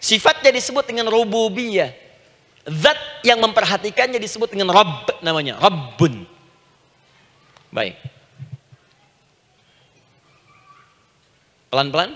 Sifatnya disebut dengan rububiyah. Zat yang memperhatikannya disebut dengan Rabb, namanya Rabbun. Baik. Pelan-pelan.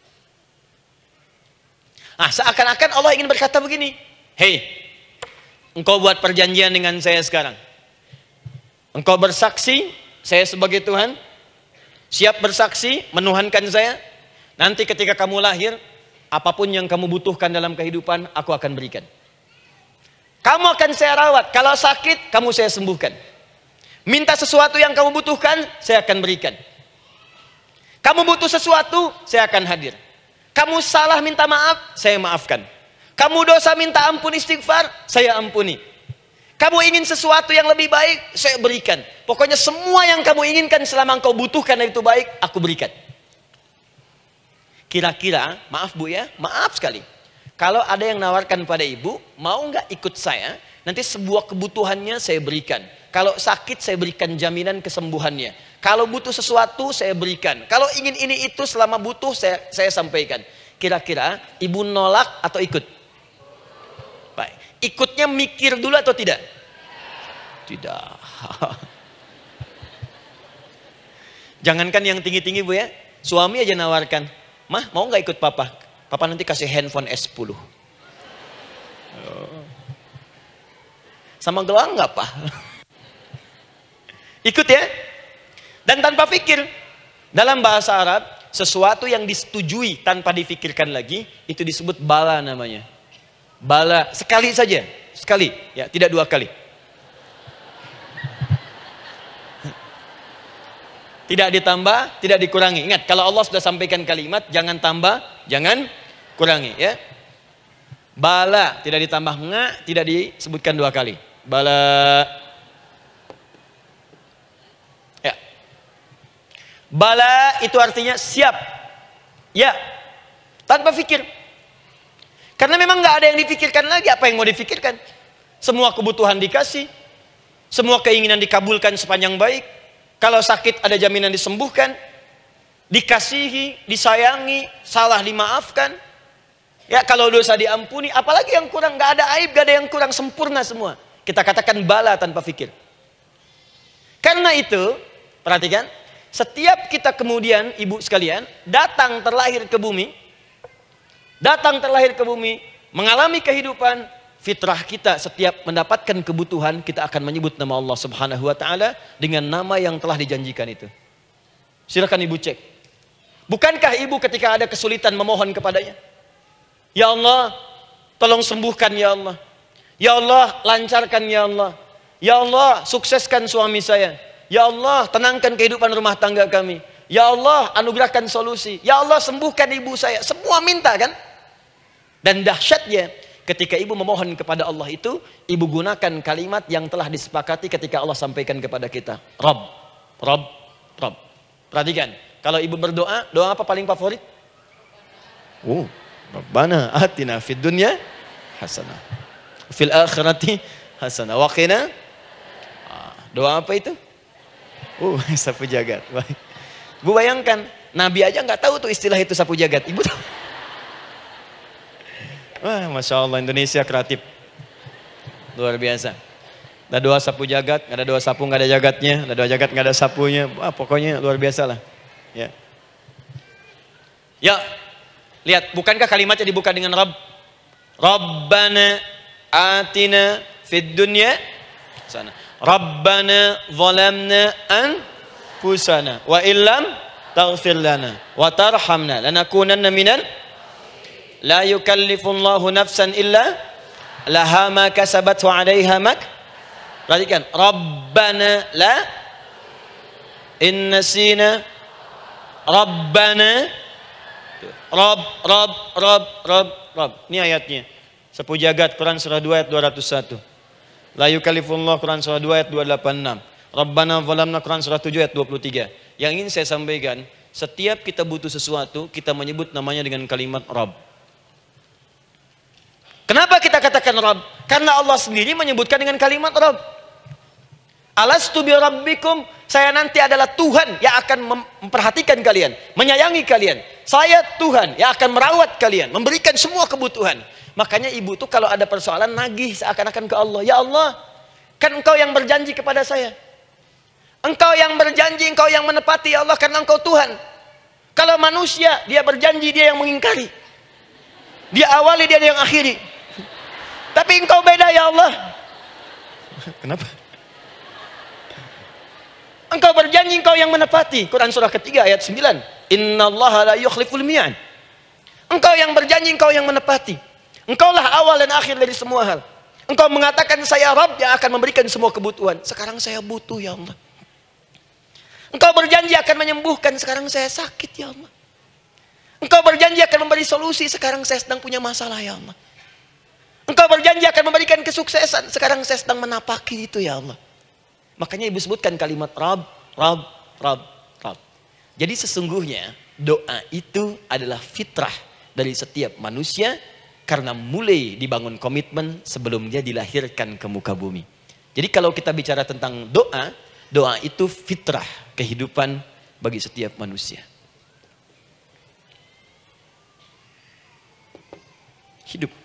Nah, seakan-akan Allah ingin berkata begini, hei, engkau buat perjanjian dengan saya sekarang. Engkau bersaksi, saya sebagai Tuhan, siap bersaksi, menuhankan saya. Nanti ketika kamu lahir, apapun yang kamu butuhkan dalam kehidupan, aku akan berikan. Kamu akan saya rawat, kalau sakit, kamu saya sembuhkan. Minta sesuatu yang kamu butuhkan, saya akan berikan. Kamu butuh sesuatu, saya akan hadir. Kamu salah minta maaf, saya maafkan. Kamu dosa minta ampun istighfar, saya ampuni. Kamu ingin sesuatu yang lebih baik, saya berikan. Pokoknya semua yang kamu inginkan selama engkau butuhkan itu baik, aku berikan. Kira-kira, maaf Bu ya, maaf sekali. Kalau ada yang nawarkan pada ibu, mau nggak ikut saya? Nanti sebuah kebutuhannya saya berikan. Kalau sakit saya berikan jaminan kesembuhannya. Kalau butuh sesuatu saya berikan. Kalau ingin ini itu selama butuh saya sampaikan. Kira-kira ibu nolak atau ikut? Baik. Ikutnya mikir dulu atau tidak? Tidak. Jangankan yang tinggi-tinggi Bu ya. Suami aja nawarkan. Mah mau nggak ikut papa? Papa nanti kasih handphone S10. Sama gelang nggak Pak? Ikut ya. Dan tanpa pikir. Dalam bahasa Arab, sesuatu yang disetujui tanpa difikirkan lagi, itu disebut bala namanya. Bala, sekali saja. Sekali, ya, tidak dua kali. Tidak ditambah, tidak dikurangi. Ingat, kalau Allah sudah sampaikan kalimat, jangan tambah, jangan kurangi. Ya. Bala, tidak ditambah nga, tidak disebutkan dua kali. Bala. Ya. Bala itu artinya siap. Ya. Tanpa pikir. Karena memang nggak ada yang dipikirkan lagi. Apa yang mau dipikirkan? Semua kebutuhan dikasih. Semua keinginan dikabulkan sepanjang baik. Kalau sakit ada jaminan disembuhkan. Dikasihi, disayangi, salah dimaafkan. Ya, kalau dosa diampuni, apalagi yang kurang, nggak ada aib, nggak ada yang kurang, sempurna semua. Kita katakan bala tanpa pikir. Karena itu, perhatikan, setiap kita kemudian, ibu sekalian, datang terlahir ke bumi, mengalami kehidupan, fitrah kita setiap mendapatkan kebutuhan, kita akan menyebut nama Allah Subhanahu wa Ta'ala dengan nama yang telah dijanjikan itu. Silakan ibu cek. Bukankah ibu ketika ada kesulitan memohon kepadanya? Ya Allah, tolong sembuhkan ya Allah. Ya Allah, lancarkan ya Allah. Ya Allah, sukseskan suami saya. Ya Allah, tenangkan kehidupan rumah tangga kami. Ya Allah, anugerahkan solusi. Ya Allah, sembuhkan ibu saya. Semua minta kan? Dan dahsyatnya, ketika ibu memohon kepada Allah itu, ibu gunakan kalimat yang telah disepakati ketika Allah sampaikan kepada kita. Rabb, Rabb, Rabb. Perhatikan, kalau ibu berdoa, doa apa paling favorit? Rabbana atina fid dunya hasanah, fil akhirati hasanah, wa qina. Doa apa itu? Sapu jagat. Bu bayangkan, Nabi aja nggak tahu tuh istilah itu sapu jagat. Ibu tahu? Wah, Masya Allah, Indonesia kreatif. Luar biasa. Ada doa sapu jagat, nggak ada doa sapu nggak ada jagatnya, ada doa jagat nggak ada sapunya. Wah, pokoknya luar biasa lah. Ya. Ya, lihat, bukankah kalimatnya dibuka dengan Rabb? Rabbana atina fid dunya sana. Rabbana zalamna anfusana wa illam taghfir lana wa tarhamna lanakunanna minal. La yukallifullahu nafsan illa laha ma kasabat wa 'alaiha mak. Perhatikan, Rabbana la innasina Rabbana Rabb. Ini ayatnya. Sapu jagat Quran surah 2 ayat 201. La yukallifullahu Quran surah 2 ayat 286. Rabbana zalamna Quran surah 7 ayat 23. Yang ingin saya sampaikan, setiap kita butuh sesuatu, kita menyebut namanya dengan kalimat Rabb. Kenapa kita katakan Rabb? Karena Allah sendiri menyebutkan dengan kalimat Rabb. Alastu bi rabbikum? saya nanti adalah Tuhan yang akan memperhatikan kalian, menyayangi kalian. Saya Tuhan yang akan merawat kalian, memberikan semua kebutuhan. Makanya ibu tuh kalau ada persoalan nagih seakan-akan ke Allah. Ya Allah, kan engkau yang berjanji kepada saya. Engkau yang berjanji, engkau yang menepati ya Allah, karena engkau Tuhan. Kalau manusia, dia berjanji, dia yang mengingkari. Dia awali, dia yang akhiri. Tapi engkau beda ya Allah. Kenapa? Engkau berjanji, engkau yang menepati. Quran surah ketiga ayat 9. Innallaha la yukhliful mi'ad. Engkau yang berjanji, engkau yang menepati. Engkaulah awal dan akhir dari semua hal. Engkau mengatakan saya Rabb yang akan memberikan semua kebutuhan. Sekarang saya butuh ya Allah. Engkau berjanji akan menyembuhkan, sekarang saya sakit ya Allah. Engkau berjanji akan memberi solusi, sekarang saya sedang punya masalah ya Allah. Engkau berjanji akan memberikan kesuksesan, sekarang saya sedang menapaki itu ya Allah. Makanya ibu sebutkan kalimat Rabb, Rabb, Rabb, Rabb. Jadi sesungguhnya doa itu adalah fitrah dari setiap manusia karena mulai dibangun komitmen sebelum dia dilahirkan ke muka bumi. Jadi kalau kita bicara tentang doa, doa itu fitrah kehidupan bagi setiap manusia. Hidup.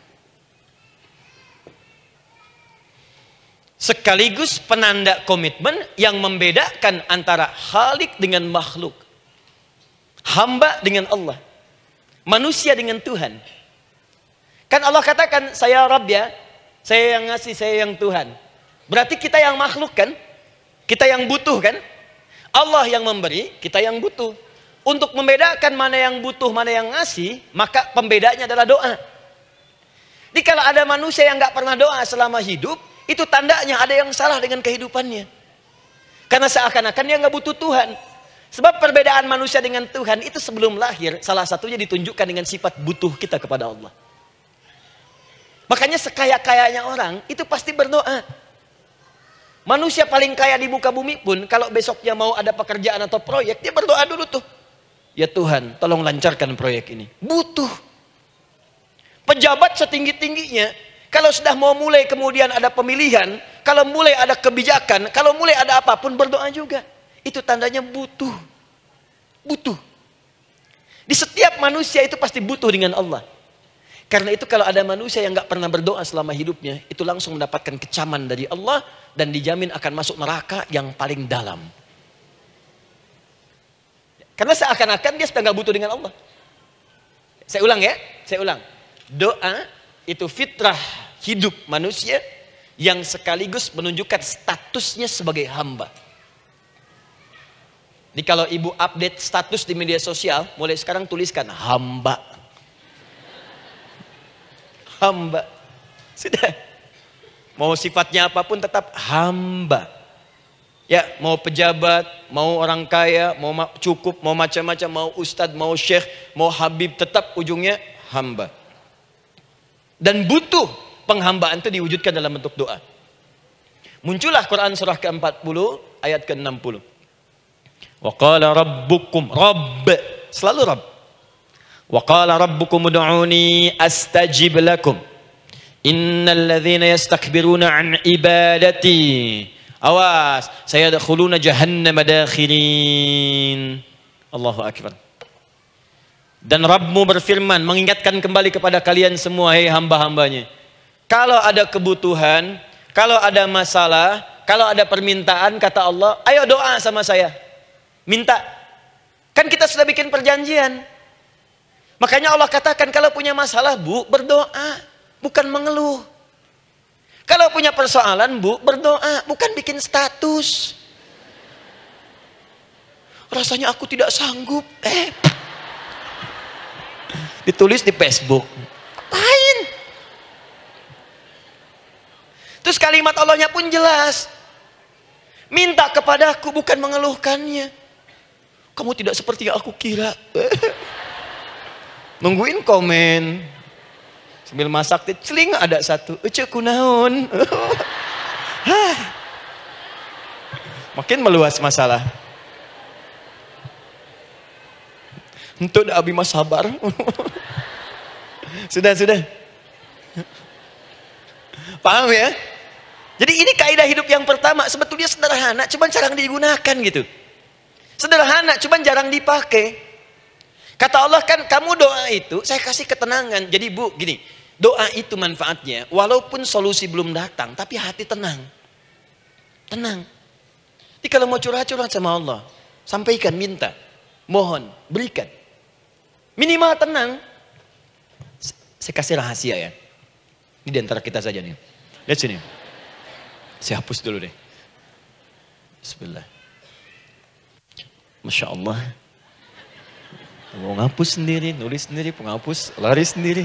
Sekaligus penanda komitmen yang membedakan antara Khalik dengan makhluk. Hamba dengan Allah. Manusia dengan Tuhan. Kan Allah katakan, saya Rabb ya. Saya yang ngasih, saya yang Tuhan. Berarti kita yang makhluk kan? Kita yang butuh kan? Allah yang memberi, kita yang butuh. Untuk membedakan mana yang butuh, mana yang ngasih, maka pembedanya adalah doa. Jadi kalau ada manusia yang nggak pernah doa selama hidup, itu tandanya ada yang salah dengan kehidupannya. Karena seakan-akan dia nggak butuh Tuhan. Sebab perbedaan manusia dengan Tuhan itu sebelum lahir, salah satunya ditunjukkan dengan sifat butuh kita kepada Allah. Makanya sekaya-kayanya orang, itu pasti berdoa. Manusia paling kaya di muka bumi pun, kalau besoknya mau ada pekerjaan atau proyek, dia berdoa dulu tuh. Ya Tuhan, tolong lancarkan proyek ini. Butuh. Pejabat setinggi-tingginya, kalau sudah mau mulai kemudian ada pemilihan, kalau mulai ada kebijakan, kalau mulai ada apapun berdoa juga. Itu tandanya butuh. Butuh. Di setiap manusia itu pasti butuh dengan Allah. Karena itu kalau ada manusia yang nggak pernah berdoa selama hidupnya, itu langsung mendapatkan kecaman dari Allah dan dijamin akan masuk neraka yang paling dalam. Karena seakan-akan dia sudah nggak butuh dengan Allah. Saya ulang ya, saya ulang. Doa itu fitrah hidup manusia yang sekaligus menunjukkan statusnya sebagai hamba. Jadi kalau ibu update status di media sosial, mulai sekarang tuliskan hamba. Hamba. Sudah. Mau sifatnya apapun tetap hamba. Ya, mau pejabat, mau orang kaya, mau cukup, mau macam-macam, mau ustadz, mau syekh, mau habib, tetap ujungnya hamba. Dan butuh penghambaan itu diwujudkan dalam bentuk doa. Muncullah Quran surah ke-40 ayat ke-60. Wa qala rabbukum, Rabb, selalu Rabb. Wa qala rabbukum ud'uni astajib lakum. Innal ladzina yastakbiruna an ibadati, awas, sayadkhuluna jahannama dakhirin. Allahu akbar. Dan Rabbmu berfirman, mengingatkan kembali kepada kalian semua, hei hamba-hambanya. Kalau ada kebutuhan, kalau ada masalah, kalau ada permintaan, kata Allah, ayo doa sama saya. Minta. Kan kita sudah bikin perjanjian. Makanya Allah katakan, kalau punya masalah, Bu, berdoa. Bukan mengeluh. Kalau punya persoalan, Bu, berdoa. Bukan bikin status. Rasanya aku tidak sanggup. Ditulis di Facebook. Apain? Terus kalimat Allahnya pun jelas. Minta kepadaku, bukan mengeluhkannya. Kamu tidak seperti yang aku kira. Nungguin komen. Sambil masak, celing ada satu. Ucuk kunaun. Makin meluas masalah. Untuk abi mas sabar. Sudah. Paham ya? Jadi ini kaidah hidup yang pertama, sebetulnya sederhana, cuman jarang digunakan gitu. Sederhana, cuman jarang dipakai. Kata Allah kan, kamu doa itu, saya kasih ketenangan. Jadi Bu, gini, doa itu manfaatnya, walaupun solusi belum datang, tapi hati tenang. Tenang. Jadi kalau mau curhat-curhat sama Allah, sampaikan, minta, mohon, berikan. Minimal tenang. Saya kasih rahasia ya. Ini diantara kita saja nih. Lihat sini. Saya hapus dulu deh. Bismillah. Masya Allah. Mau ngapus sendiri, nulis sendiri, penghapus, lari sendiri.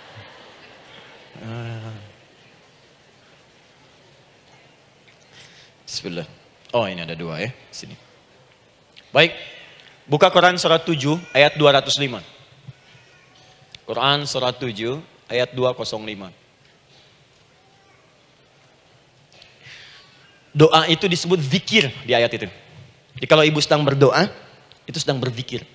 Bismillah. Oh ini ada dua ya. Sini. Baik. Buka Quran surat 7 ayat 205. Quran surat 7 ayat 205. Doa itu disebut zikir di ayat itu. Jadi kalau ibu sedang berdoa, itu sedang berzikir.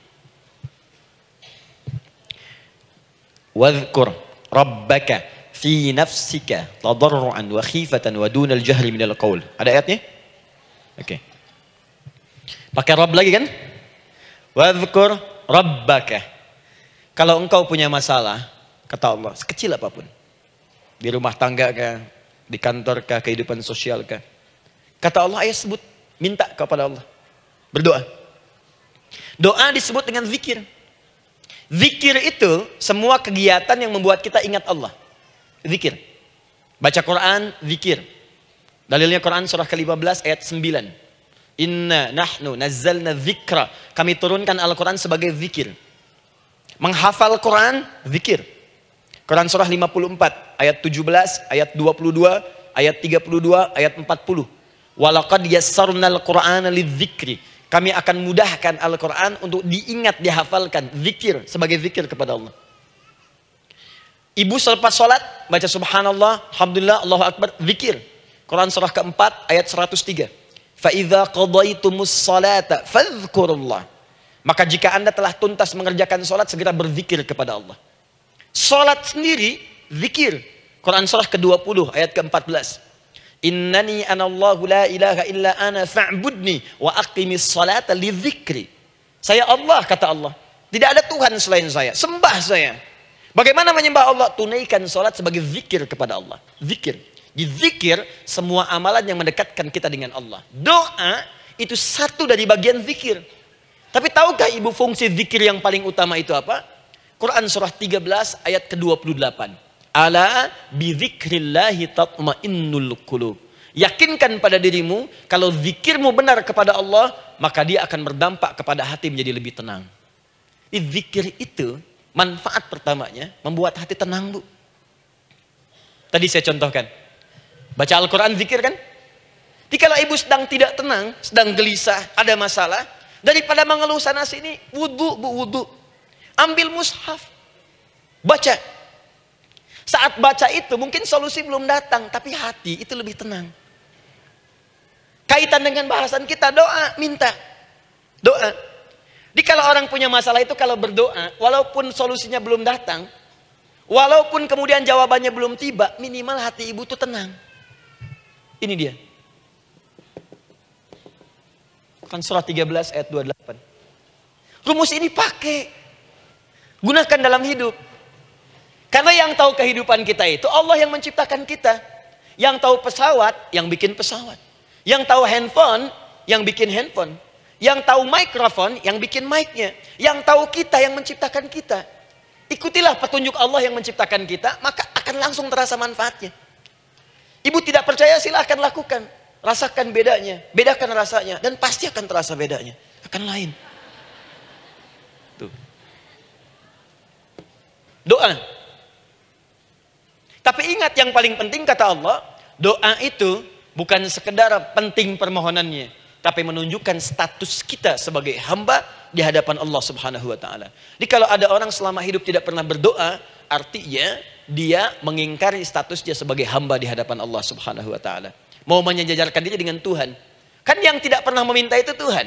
Wadhkur rabbaka fi nafsika tadarruan wa khifatan wa dunal jahri minal qaul. Ada ayatnya? Oke. Pakai Rabb lagi kan? Wadhkur rabbaka. Kalau engkau punya masalah, kata Allah, sekecil apapun. Di rumah tangga kah, di kantor kah, kehidupan sosial kah. Kata Allah, ayat sebut, minta kepada Allah. Berdoa. Doa disebut dengan zikir. Zikir itu semua kegiatan yang membuat kita ingat Allah. Zikir. Baca Quran, zikir. Dalilnya Quran surah ke-15 ayat 9. Inna nahnu nazzalna dzikra. Kami turunkan Al-Quran sebagai zikir. Menghafal Quran, zikir. Quran surah 54 ayat 17, ayat 22, ayat 32, ayat 40. Walaqad yassarnal Qur'ana lidzikri. Kami akan mudahkan Al-Quran untuk diingat, dihafalkan. Zikir, sebagai zikir kepada Allah. Ibu selepas sholat, baca subhanallah, alhamdulillah, Allahu Akbar, zikir. Quran surah keempat, ayat 103. فَإِذَا قَضَيْتُمُ الصَّلَاةَ فَاذْكُرُوا اللَّهَ. Maka jika anda telah tuntas mengerjakan sholat, segera berzikir kepada Allah. Sholat sendiri, zikir. Quran surah ke-20, ayat ke-14. Innani anallahu la ilaha illa ana fa'budni wa aqimis salata lidzikri. Saya Allah, kata Allah. Tidak ada Tuhan selain saya. Sembah saya. Bagaimana menyembah Allah? Tunaikan salat sebagai zikir kepada Allah. Zikir. Di zikir semua amalan yang mendekatkan kita dengan Allah. Doa itu satu dari bagian zikir. Tapi tahukah ibu fungsi zikir yang paling utama itu apa? Quran surah 13 ayat ke-28. Ala bizikrillahi tatmainnul qulub. Yakinkan pada dirimu, kalau zikirmu benar kepada Allah, maka dia akan berdampak kepada hati menjadi lebih tenang. Zikir itu manfaat pertamanya membuat hati tenang, Bu. Tadi saya contohkan. Baca Al-Quran zikir kan? Jadi kalau ibu sedang tidak tenang, sedang gelisah, ada masalah, daripada mengeluh sana sini, wudu, Bu, wudu. Ambil mushaf. Baca. Saat baca itu mungkin solusi belum datang, tapi hati itu lebih tenang. Kaitan dengan bahasan kita, doa, minta. Doa. Jadi kalau orang punya masalah itu kalau berdoa, walaupun solusinya belum datang, walaupun kemudian jawabannya belum tiba, minimal hati ibu itu tenang. Ini dia. Kan surah 13 ayat 28. Rumus ini pakai. Gunakan dalam hidup. Karena yang tahu kehidupan kita itu Allah yang menciptakan kita. Yang tahu pesawat, yang bikin pesawat. Yang tahu handphone, yang bikin handphone. Yang tahu mikrofon, yang bikin mic-nya. Yang tahu kita, yang menciptakan kita. Ikutilah petunjuk Allah yang menciptakan kita, maka akan langsung terasa manfaatnya. Ibu tidak percaya, silahkan lakukan. Rasakan bedanya, bedakan rasanya. Dan pasti akan terasa bedanya. Akan lain. Tuh. Doa. Tapi ingat yang paling penting kata Allah, doa itu bukan sekedar penting permohonannya, tapi menunjukkan status kita sebagai hamba di hadapan Allah Subhanahu wa taala. Jadi kalau ada orang selama hidup tidak pernah berdoa, artinya dia mengingkari status dia sebagai hamba di hadapan Allah Subhanahu wa taala. Mau menyejajarkan diri dengan Tuhan. Kan yang tidak pernah meminta itu Tuhan.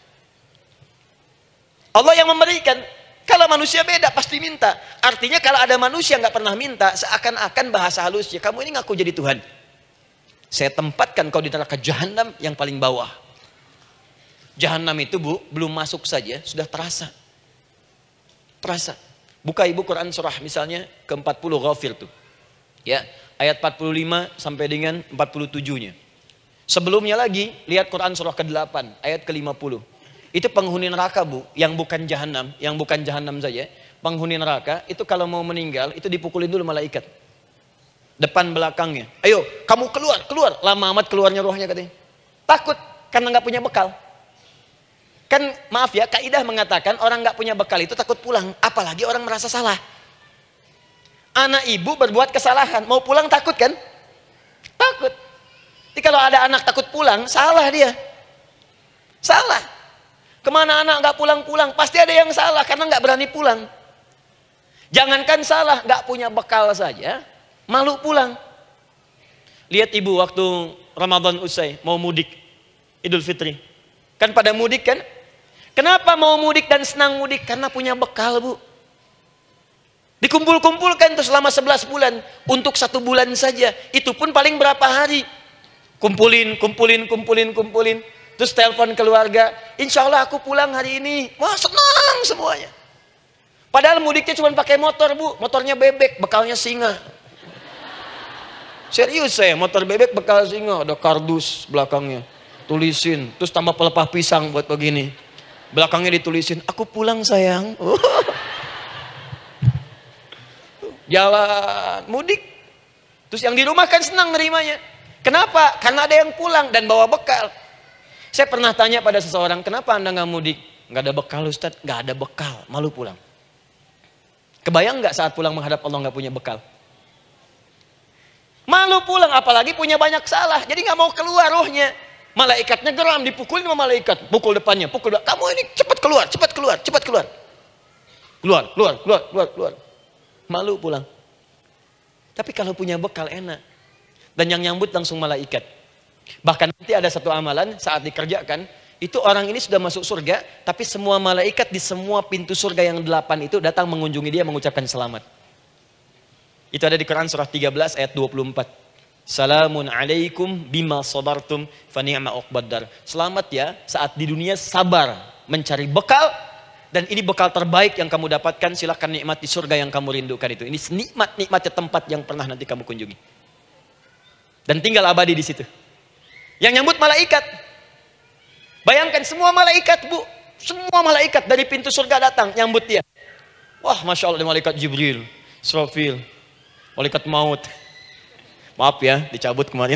Allah yang memberikan. Kalau manusia beda pasti minta. Artinya kalau ada manusia nggak pernah minta, seakan-akan bahasa halusnya kamu ini ngaku jadi Tuhan. Saya tempatkan kau di neraka jahanam yang paling bawah. Jahanam itu Bu, belum masuk saja sudah terasa. Terasa. Buka Ibu Quran surah misalnya ke-40 Ghafir tuh. Ya, ayat 45 sampai dengan 47-nya. Sebelumnya lagi, lihat Quran surah ke-8, ayat ke-50. Itu penghuni neraka Bu, yang bukan jahanam saja. Penghuni neraka itu kalau mau meninggal, itu dipukulin dulu malaikat. Depan belakangnya. Ayo, kamu keluar, keluar. Lama amat keluarnya rohnya katanya. Takut, karena nggak punya bekal. Kan maaf ya, kaidah mengatakan orang nggak punya bekal itu takut pulang. Apalagi orang merasa salah. Anak ibu berbuat kesalahan, mau pulang takut kan? Takut. Jadi kalau ada anak takut pulang, salah dia. Salah. Kemana anak nggak pulang-pulang? Pasti ada yang salah karena nggak berani pulang. Jangankan salah, nggak punya bekal saja, malu pulang. Lihat ibu waktu Ramadan usai, mau mudik, Idul Fitri. Kan pada mudik kan? Kenapa mau mudik dan senang mudik? Karena punya bekal Bu. Dikumpul-kumpulkan tuh selama 11 bulan. Untuk 1 bulan saja. Itu pun paling berapa hari. Kumpulin. Terus telepon keluarga. Insya Allah aku pulang hari ini. Wah senang semuanya. Padahal mudiknya cuma pakai motor Bu. Motornya bebek, bekalnya singa. Serius saya, motor bebek bekal singa. Ada kardus belakangnya. Tulisin. Terus tambah pelepah pisang buat begini. Belakangnya ditulisin, aku pulang sayang. Jalan, mudik. Terus yang di rumah kan senang nerimanya. Kenapa? Karena ada yang pulang dan bawa bekal. Saya pernah tanya pada seseorang, kenapa Anda nggak mudik? Nggak ada bekal Ustadz, nggak ada bekal, malu pulang. Kebayang nggak saat pulang menghadap Allah nggak punya bekal? Malu pulang, apalagi punya banyak salah. Jadi nggak mau keluar rohnya. Malaikatnya geram, dipukulin sama malaikat. Pukul depannya, pukul depan. Kamu ini cepat keluar, cepat keluar, cepat keluar. Keluar. Malu pulang. Tapi kalau punya bekal enak. Dan yang nyambut langsung malaikat. Bahkan nanti ada satu amalan saat dikerjakan. Itu orang ini sudah masuk surga. Tapi semua malaikat di semua pintu surga yang 8 itu datang mengunjungi dia mengucapkan selamat. Itu ada di Quran surah 13 ayat 24. Salamun alaikum bima sabartum fa ni'ma uqbaddar. Selamat ya saat di dunia sabar mencari bekal dan ini bekal terbaik yang kamu dapatkan, silakan nikmati surga yang kamu rindukan itu. Ini nikmatnya tempat yang pernah nanti kamu kunjungi. Dan tinggal abadi di situ. Yang nyambut malaikat. Bayangkan semua malaikat Bu, semua malaikat dari pintu surga datang nyambut dia. Wah, Masya Allah, ada malaikat Jibril, Israfil, malaikat maut. Maaf ya, dicabut kemarin.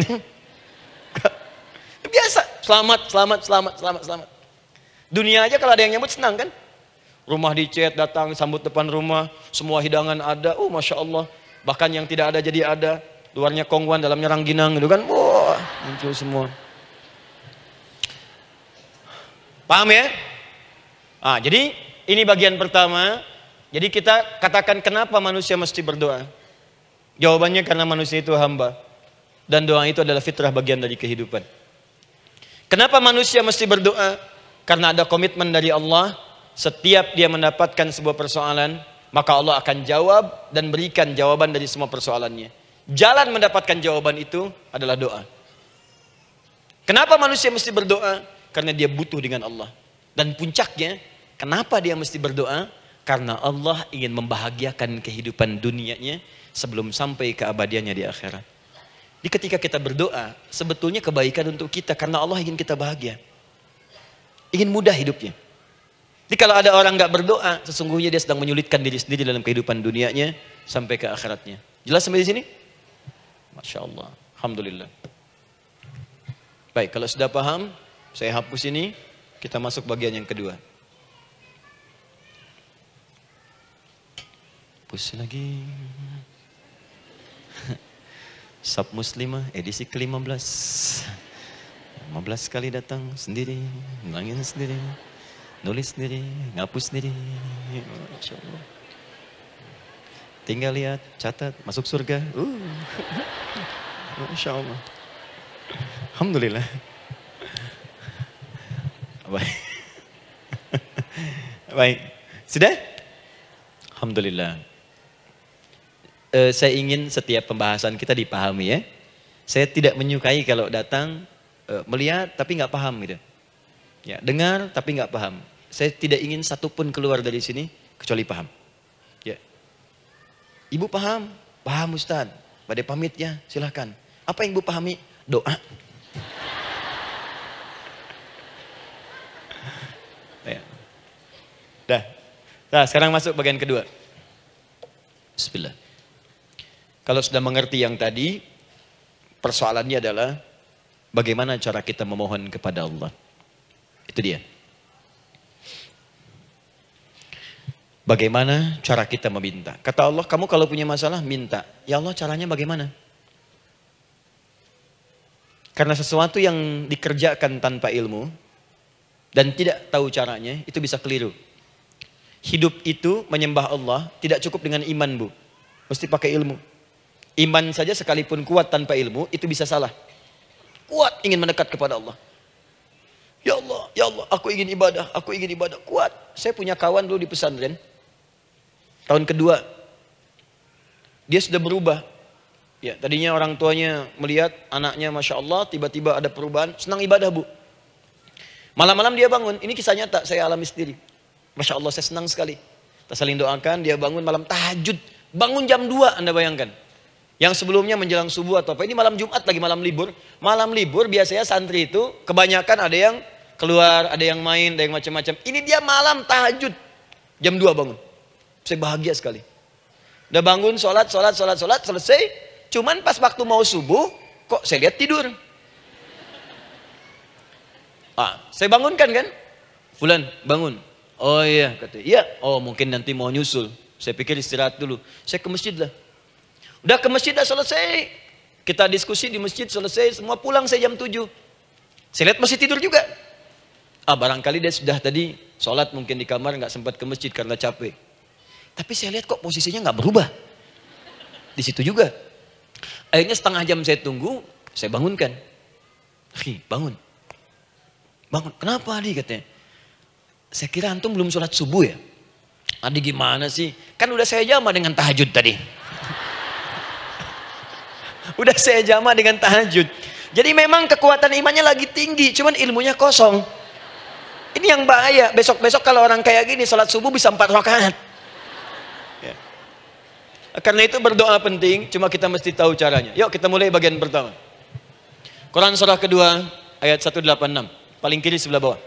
Biasa, selamat. Dunia aja kalau ada yang nyambut senang kan? Rumah dicet, datang, sambut depan rumah, semua hidangan ada, Masya Allah. Bahkan yang tidak ada jadi ada. Luarnya kongwan, dalamnya rangginang gitu kan. Wah, muncul semua. Paham ya? Jadi ini bagian pertama. Jadi kita katakan kenapa manusia mesti berdoa. Jawabannya karena manusia itu hamba. Dan doa itu adalah fitrah bagian dari kehidupan. Kenapa manusia mesti berdoa? Karena ada komitmen dari Allah. Setiap dia mendapatkan sebuah persoalan, maka Allah akan jawab dan berikan jawaban dari semua persoalannya. Jalan mendapatkan jawaban itu adalah doa. Kenapa manusia mesti berdoa? Karena dia butuh dengan Allah. Dan puncaknya, kenapa dia mesti berdoa? Karena Allah ingin membahagiakan kehidupan dunianya sebelum sampai keabadiannya di akhirat. Jadi ketika kita berdoa, sebetulnya kebaikan untuk kita karena Allah ingin kita bahagia. Ingin mudah hidupnya. Jadi kalau ada orang nggak berdoa, sesungguhnya dia sedang menyulitkan diri sendiri dalam kehidupan dunianya sampai ke akhiratnya. Jelas sampai di sini? Masya Allah. Alhamdulillah. Baik, kalau sudah paham, saya hapus ini, kita masuk bagian yang kedua. Hapus lagi. Sab Muslimah edisi ke-15. 15 kali datang sendiri, ngulangin sendiri, nulis sendiri, ngapus sendiri. Masya Allah. Tinggal lihat, catat, masuk surga. Masya Allah. Alhamdulillah. Baik. Baik. Sudah? Alhamdulillah. Saya ingin setiap pembahasan kita dipahami ya. Saya tidak menyukai kalau datang melihat tapi nggak paham gitu. Ya, dengar tapi nggak paham. Saya tidak ingin satupun keluar dari sini kecuali paham. Ya. Ibu paham? Paham Ustaz. Pada pamit ya, silahkan. Apa yang ibu pahami? Doa. Ya. Dah. Nah, sekarang masuk bagian kedua. Bismillah. Kalau sudah mengerti yang tadi, persoalannya adalah bagaimana cara kita memohon kepada Allah. Itu dia. Bagaimana cara kita meminta? Kata Allah, kamu kalau punya masalah, minta. Ya Allah, caranya bagaimana? Karena sesuatu yang dikerjakan tanpa ilmu dan tidak tahu caranya, itu bisa keliru. Hidup itu menyembah Allah tidak cukup dengan iman, Bu. Mesti pakai ilmu. Iman saja sekalipun kuat tanpa ilmu, itu bisa salah. Kuat ingin mendekat kepada Allah. Ya Allah, aku ingin ibadah, kuat. Saya punya kawan dulu di pesantren. Tahun kedua, dia sudah berubah. Ya, tadinya orang tuanya melihat anaknya, Masya Allah, tiba-tiba ada perubahan, senang ibadah, Bu. Malam-malam dia bangun, ini kisah nyata, saya alami sendiri. Masya Allah, saya senang sekali. Kita saling doakan, dia bangun malam tahajud. Bangun jam 2, Anda bayangkan. Yang sebelumnya menjelang subuh atau apa, ini malam Jumat lagi, malam libur. Malam libur biasanya santri itu, kebanyakan ada yang keluar, ada yang main, ada yang macam-macam. Ini dia malam tahajud, jam 2 bangun. Saya bahagia sekali. Udah bangun, sholat, selesai. Cuman pas waktu mau subuh, kok saya lihat tidur. Saya bangunkan kan. Fulan, bangun. Oh iya, kata. Iya, oh mungkin nanti mau nyusul. Saya pikir istirahat dulu. Saya ke masjid lah. Udah ke masjid dah selesai. Kita diskusi di masjid selesai. Semua pulang saya jam 7. Saya lihat masih tidur juga. Barangkali dia sudah tadi sholat mungkin di kamar, nggak sempat ke masjid karena capek. Tapi saya lihat kok posisinya nggak berubah. Di situ juga. Akhirnya setengah jam saya tunggu, saya bangunkan. Bangun. Kenapa Adi katanya? Saya kira antum belum sholat subuh ya? Adi gimana sih? Kan udah saya jama dengan tahajud tadi. Udah saya jama dengan tahajud. Jadi memang kekuatan imannya lagi tinggi, cuman ilmunya kosong. Ini yang bahaya. Besok-besok kalau orang kayak gini sholat subuh bisa 4 rakaat. Ya. Karena itu berdoa penting, cuma kita mesti tahu caranya. Yuk kita mulai bagian pertama. Quran surah kedua ayat 186. Paling kiri sebelah bawah.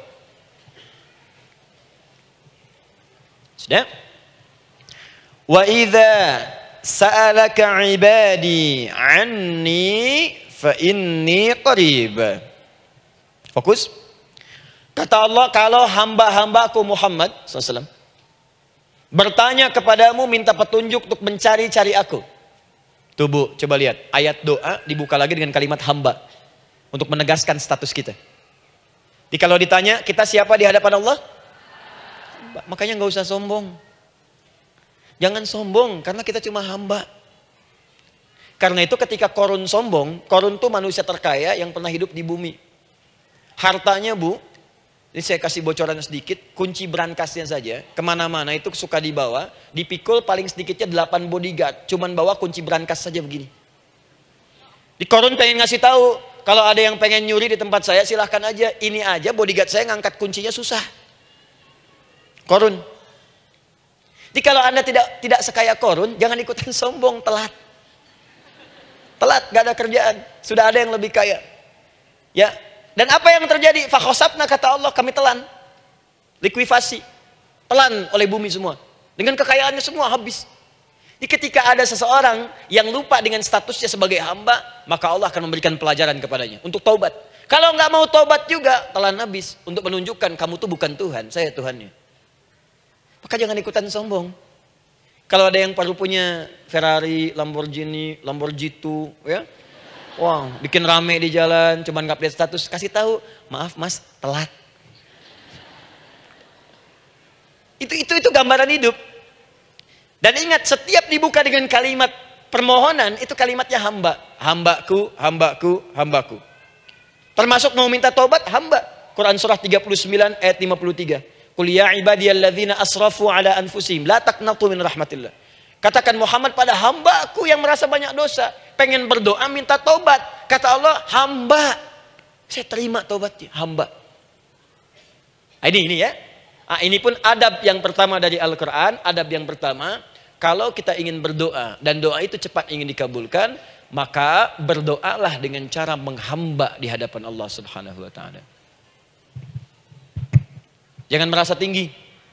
Sudah? Wa idza sa'alaka 'ibadi 'anni fa inni qarib. Fokus. Kata Allah, kalau hamba-hambaku Muhammad SAW bertanya kepadamu, minta petunjuk untuk mencari-cari aku. Tuh Bu, coba lihat. Ayat doa dibuka lagi dengan kalimat hamba. Untuk menegaskan status kita. Jadi kalau ditanya, kita siapa di hadapan Allah? Hamba. Makanya nggak usah sombong. Jangan sombong, karena kita cuma hamba. Karena itu ketika Korun sombong, Korun tuh manusia terkaya yang pernah hidup di bumi. Hartanya Bu, ini saya kasih bocoran sedikit, kunci berangkasnya saja, kemana-mana itu suka dibawa, dipikul paling sedikitnya 8 bodyguard, cuman bawa kunci berangkas saja begini. Di Korun pengen ngasih tahu, kalau ada yang pengen nyuri di tempat saya silahkan aja, ini aja bodyguard saya ngangkat kuncinya susah. Korun. Jadi kalau Anda tidak sekaya Korun, jangan ikutan sombong, telat. Telat, gak ada kerjaan, sudah ada yang lebih kaya. Ya. Dan apa yang terjadi? Fakhosabna, kata Allah, kami telan. Likuifasi. Telan oleh bumi semua. Dengan kekayaannya semua habis. Jadi ketika ada seseorang yang lupa dengan statusnya sebagai hamba, maka Allah akan memberikan pelajaran kepadanya. Untuk taubat. Kalau nggak mau taubat juga, telan habis. Untuk menunjukkan kamu tuh bukan Tuhan, saya Tuhannya. Maka jangan ikutan sombong. Kalau ada yang baru punya Ferrari, Lamborghini, Lamborghini, ya. Wah, bikin rame di jalan, cuman nggak update status, kasih tahu, maaf Mas, telat. Itu gambaran hidup. Dan ingat, setiap dibuka dengan kalimat permohonan, itu kalimatnya hamba. Hambaku, hambaku, hambaku. Termasuk mau minta tobat, hamba. Quran surah 39 ayat 53. Qul ya ibadiyalladzina asrafu ala anfusihim, la taqnatu min rahmatillah. Katakan Muhammad pada hambaku yang merasa banyak dosa, pengen berdoa minta tobat, Kata Allah, hamba. Saya terima taubatnya, hamba. Ini ya. Ini pun adab yang pertama dari Al-Quran. Adab yang pertama, kalau kita ingin berdoa dan doa itu cepat ingin dikabulkan, maka berdoalah dengan cara menghamba di hadapan Allah Subhanahu wa taala. Jangan merasa tinggi.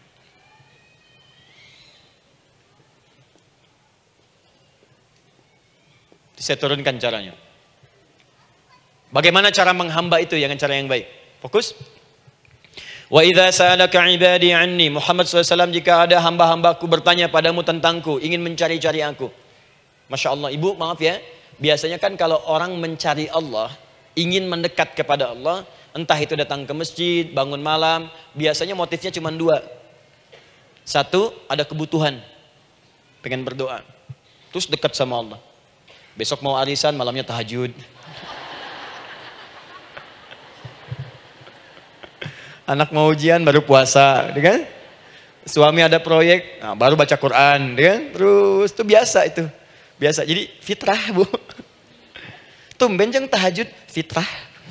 Saya turunkan caranya. Bagaimana cara menghamba itu dengan cara yang baik? Fokus. Wa idza sa'alaka 'ibadi 'anni, Muhammad SAW, jika ada hamba-hambaku bertanya padamu tentangku, ingin mencari-cari aku. Masya Allah, ibu maaf ya, biasanya kan kalau orang mencari Allah, ingin mendekat kepada Allah, entah itu datang ke masjid, bangun malam, biasanya motifnya cuma dua. Satu, ada kebutuhan, pengen berdoa, terus dekat sama Allah. Besok mau arisan, malamnya tahajud. Anak mau ujian baru puasa, kan? Suami ada proyek, nah, baru baca Quran, kan? Terus itu biasa itu, biasa. Jadi fitrah bu. Tumben jeng tahajud, fitrah.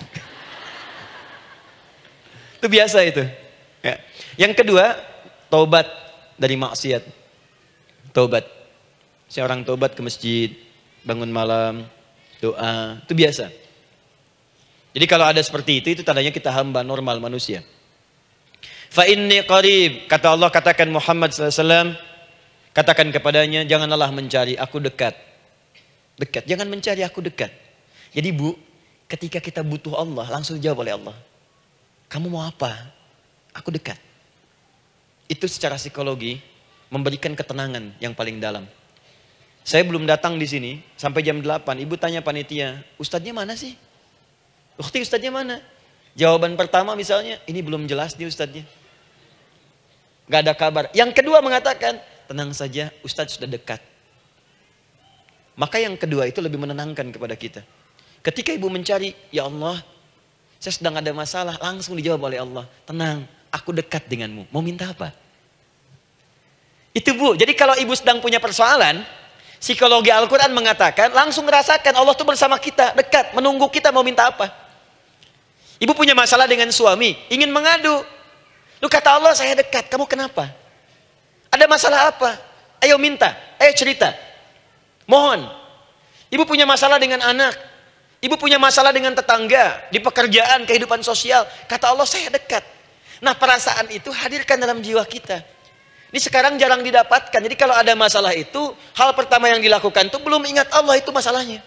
Itu biasa itu. Ya. Yang kedua, taubat dari maksiat. Taubat. Seorang taubat ke masjid, bangun malam, doa, itu biasa. Jadi kalau ada seperti itu tandanya kita hamba normal manusia. Fa inni qarib, kata Allah, katakan Muhammad SAW, katakan kepadanya, janganlah mencari, aku dekat. Dekat, jangan mencari, aku dekat. Jadi bu, ketika kita butuh Allah, langsung jawab oleh Allah. Kamu mau apa? Aku dekat. Itu secara psikologi memberikan ketenangan yang paling dalam. Saya belum datang di sini sampai jam 8. Ibu tanya panitia, ustadznya mana sih? Ukti, ustadznya mana? Jawaban pertama misalnya, ini belum jelas nih ustadznya. Gak ada kabar. Yang kedua mengatakan, tenang saja, ustadz sudah dekat. Maka yang kedua itu lebih menenangkan kepada kita. Ketika ibu mencari, ya Allah, saya sedang ada masalah, langsung dijawab oleh Allah. Tenang, aku dekat denganmu. Mau minta apa? Itu bu, jadi kalau ibu sedang punya persoalan, psikologi Al-Quran mengatakan, langsung rasakan Allah tuh bersama kita, dekat, menunggu kita mau minta apa. Ibu punya masalah dengan suami, ingin mengadu. Lu kata Allah, saya dekat, kamu kenapa? Ada masalah apa? Ayo minta, ayo cerita. Mohon. Ibu punya masalah dengan anak. Ibu punya masalah dengan tetangga, di pekerjaan, kehidupan sosial. Kata Allah, saya dekat. Nah perasaan itu hadirkan dalam jiwa kita. Ini sekarang jarang didapatkan. Jadi kalau ada masalah itu, hal pertama yang dilakukan itu belum ingat Allah itu masalahnya.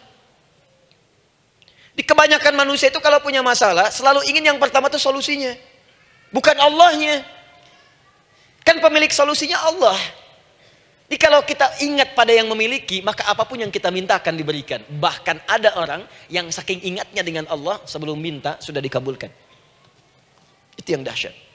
Di kebanyakan manusia itu kalau punya masalah, selalu ingin yang pertama itu solusinya. Bukan Allahnya. Kan pemilik solusinya Allah. Jadi kalau kita ingat pada yang memiliki, maka apapun yang kita minta akan diberikan. Bahkan ada orang yang saking ingatnya dengan Allah, sebelum minta sudah dikabulkan. Itu yang dahsyat.